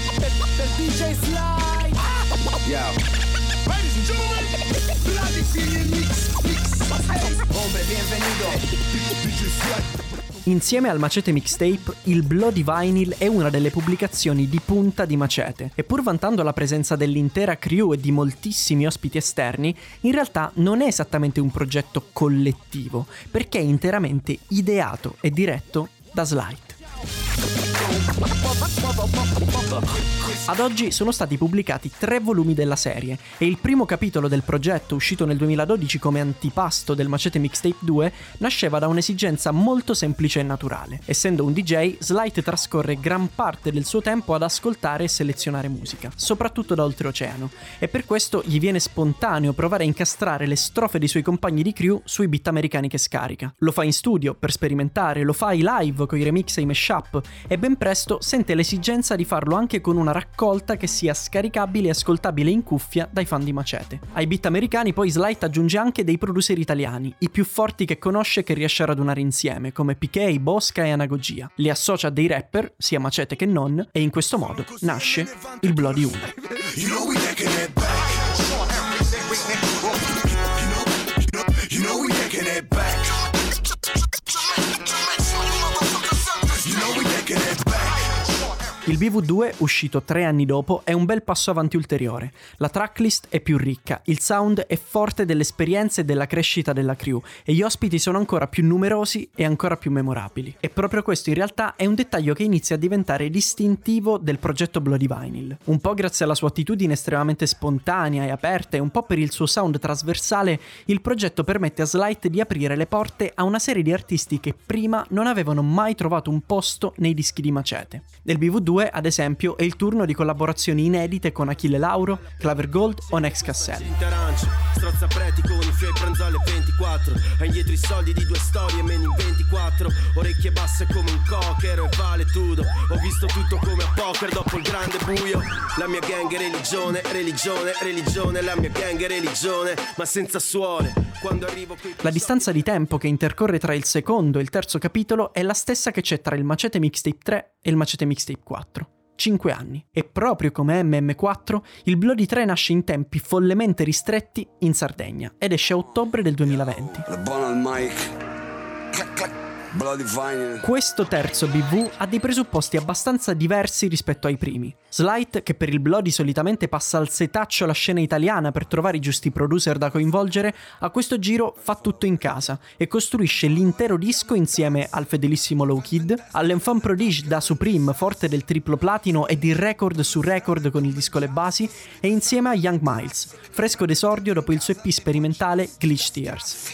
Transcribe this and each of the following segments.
del DJ Slide. Ladies and gentlemen, Bloody Feeling Mix. Hombre, bienvenido. DJ Slide. Insieme al Machete Mixtape, il Bloody Vinyl è una delle pubblicazioni di punta di Machete, e pur vantando la presenza dell'intera crew e di moltissimi ospiti esterni, in realtà non è esattamente un progetto collettivo, perché è interamente ideato e diretto da Slight. Ad oggi sono stati pubblicati 3 volumi della serie e il primo capitolo del progetto, uscito nel 2012 come antipasto del Machete Mixtape 2, nasceva da un'esigenza molto semplice e naturale. Essendo un DJ, Slight trascorre gran parte del suo tempo ad ascoltare e selezionare musica, soprattutto da oltreoceano, e per questo gli viene spontaneo provare a incastrare le strofe dei suoi compagni di crew sui beat americani che scarica. Lo fa in studio per sperimentare, lo fa ai live con i remix e i mashup, e ben presto sente l'esigenza di farlo anche con una raccolta che sia scaricabile e ascoltabile in cuffia dai fan di Machete. Ai beat americani poi Slight aggiunge anche dei producer italiani, i più forti che conosce e che riesce a radunare insieme, come PK, Bosca e Anagogia. Li associa a dei rapper, sia Machete che non, e in questo modo nasce il Bloody 1. Il BV2, uscito 3 anni dopo, è un bel passo avanti ulteriore. La tracklist è più ricca, il sound è forte dell'esperienza e della crescita della crew, e gli ospiti sono ancora più numerosi e ancora più memorabili. E proprio questo in realtà è un dettaglio che inizia a diventare distintivo del progetto Bloody Vinyl. Un po' grazie alla sua attitudine estremamente spontanea e aperta, e un po' per il suo sound trasversale, il progetto permette a Slight di aprire le porte a una serie di artisti che prima non avevano mai trovato un posto nei dischi di Machete. Nel BV2, ad esempio, è il turno di collaborazioni inedite con Achille Lauro, Claver Gold o Nex Cassell. Strozza preti con i suoi pranzo alle 24. Ha indietro i soldi di 2 storie, meno in 24. Orecchie basse come un cocker e vale tutto. Ho visto tutto come a poker dopo il grande buio. La mia gang è religione, religione, religione. La mia gang è religione, ma senza suole. Quando arrivo qui... La distanza di tempo che intercorre tra il secondo e il terzo capitolo è la stessa che c'è tra il Machete Mixtape 3 e il Machete Mixtape 4. 5 anni. E proprio come MM4, il Bloody 3 nasce in tempi follemente ristretti in Sardegna ed esce a ottobre del 2020. Questo terzo BV ha dei presupposti abbastanza diversi rispetto ai primi. Slight, che per il Bloody solitamente passa al setaccio la scena italiana per trovare i giusti producer da coinvolgere, a questo giro fa tutto in casa e costruisce l'intero disco insieme al fedelissimo Low Kid, all'enfant prodige da Supreme, forte del triplo platino e di record su record con il disco Le Basi, e insieme a Young Miles, fresco d'esordio dopo il suo EP sperimentale Glitch Tears.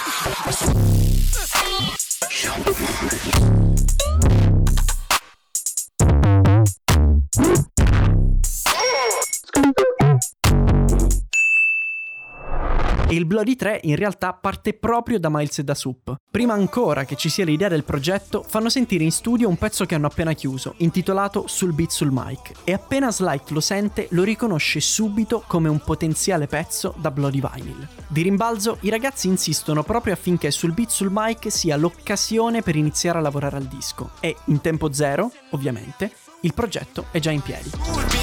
E il Bloody 3 in realtà parte proprio da Miles e da Sup. Prima ancora che ci sia l'idea del progetto, fanno sentire in studio un pezzo che hanno appena chiuso, intitolato Sul Beat Sul Mic, e appena Slight lo sente, lo riconosce subito come un potenziale pezzo da Bloody Vinyl. Di rimbalzo, i ragazzi insistono proprio affinché Sul Beat Sul Mic sia l'occasione per iniziare a lavorare al disco, e in tempo zero, ovviamente, il progetto è già in piedi.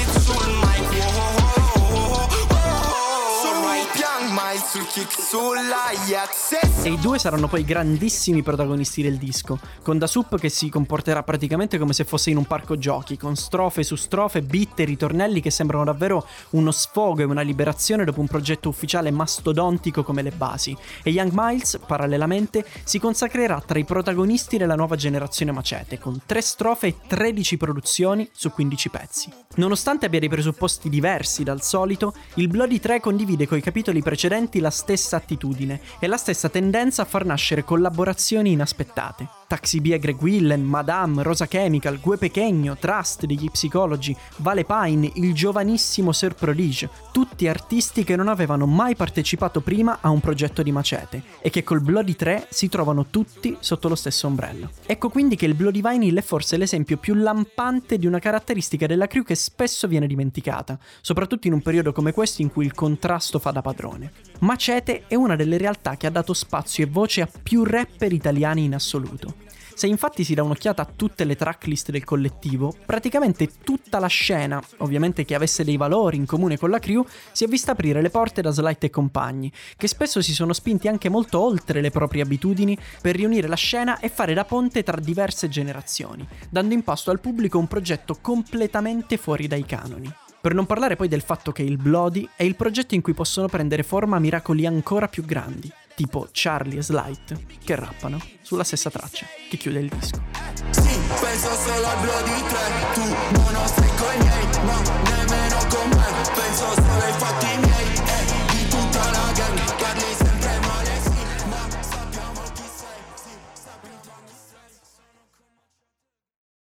E i due saranno poi grandissimi protagonisti del disco, con Da Sup che si comporterà praticamente come se fosse in un parco giochi, con strofe su strofe, beat e ritornelli che sembrano davvero uno sfogo e una liberazione dopo un progetto ufficiale mastodontico come Le Basi. E Young Miles, parallelamente, si consacrerà tra i protagonisti della nuova generazione Machete, con 3 strofe e 13 produzioni su 15 pezzi. Nonostante abbia dei presupposti diversi dal solito, il Bloody 3 condivide coi capitoli precedenti la stessa attitudine e la stessa tendenza a far nascere collaborazioni inaspettate. Taxi B e Greg Willen, Madame, Rosa Chemical, Gue Pequeño, Trust degli Psicologi, Vale Pine, il giovanissimo Sir Prodige, tutti artisti che non avevano mai partecipato prima a un progetto di Machete e che col Bloody 3 si trovano tutti sotto lo stesso ombrello. Ecco quindi che il Bloody Vinyl è forse l'esempio più lampante di una caratteristica della crew che spesso viene dimenticata, soprattutto in un periodo come questo in cui il contrasto fa da padrone. Machete è una delle realtà che ha dato spazio e voce a più rapper italiani in assoluto. Se infatti si dà un'occhiata a tutte le tracklist del collettivo, praticamente tutta la scena, ovviamente che avesse dei valori in comune con la crew, si è vista aprire le porte da Slight e compagni, che spesso si sono spinti anche molto oltre le proprie abitudini per riunire la scena e fare da ponte tra diverse generazioni, dando in pasto al pubblico un progetto completamente fuori dai canoni. Per non parlare poi del fatto che il Bloody è il progetto in cui possono prendere forma miracoli ancora più grandi, tipo Charlie e Slight, che rappano sulla stessa traccia che chiude il disco. Sì, penso solo al Bloody 3, tu non ho stai con i miei, no.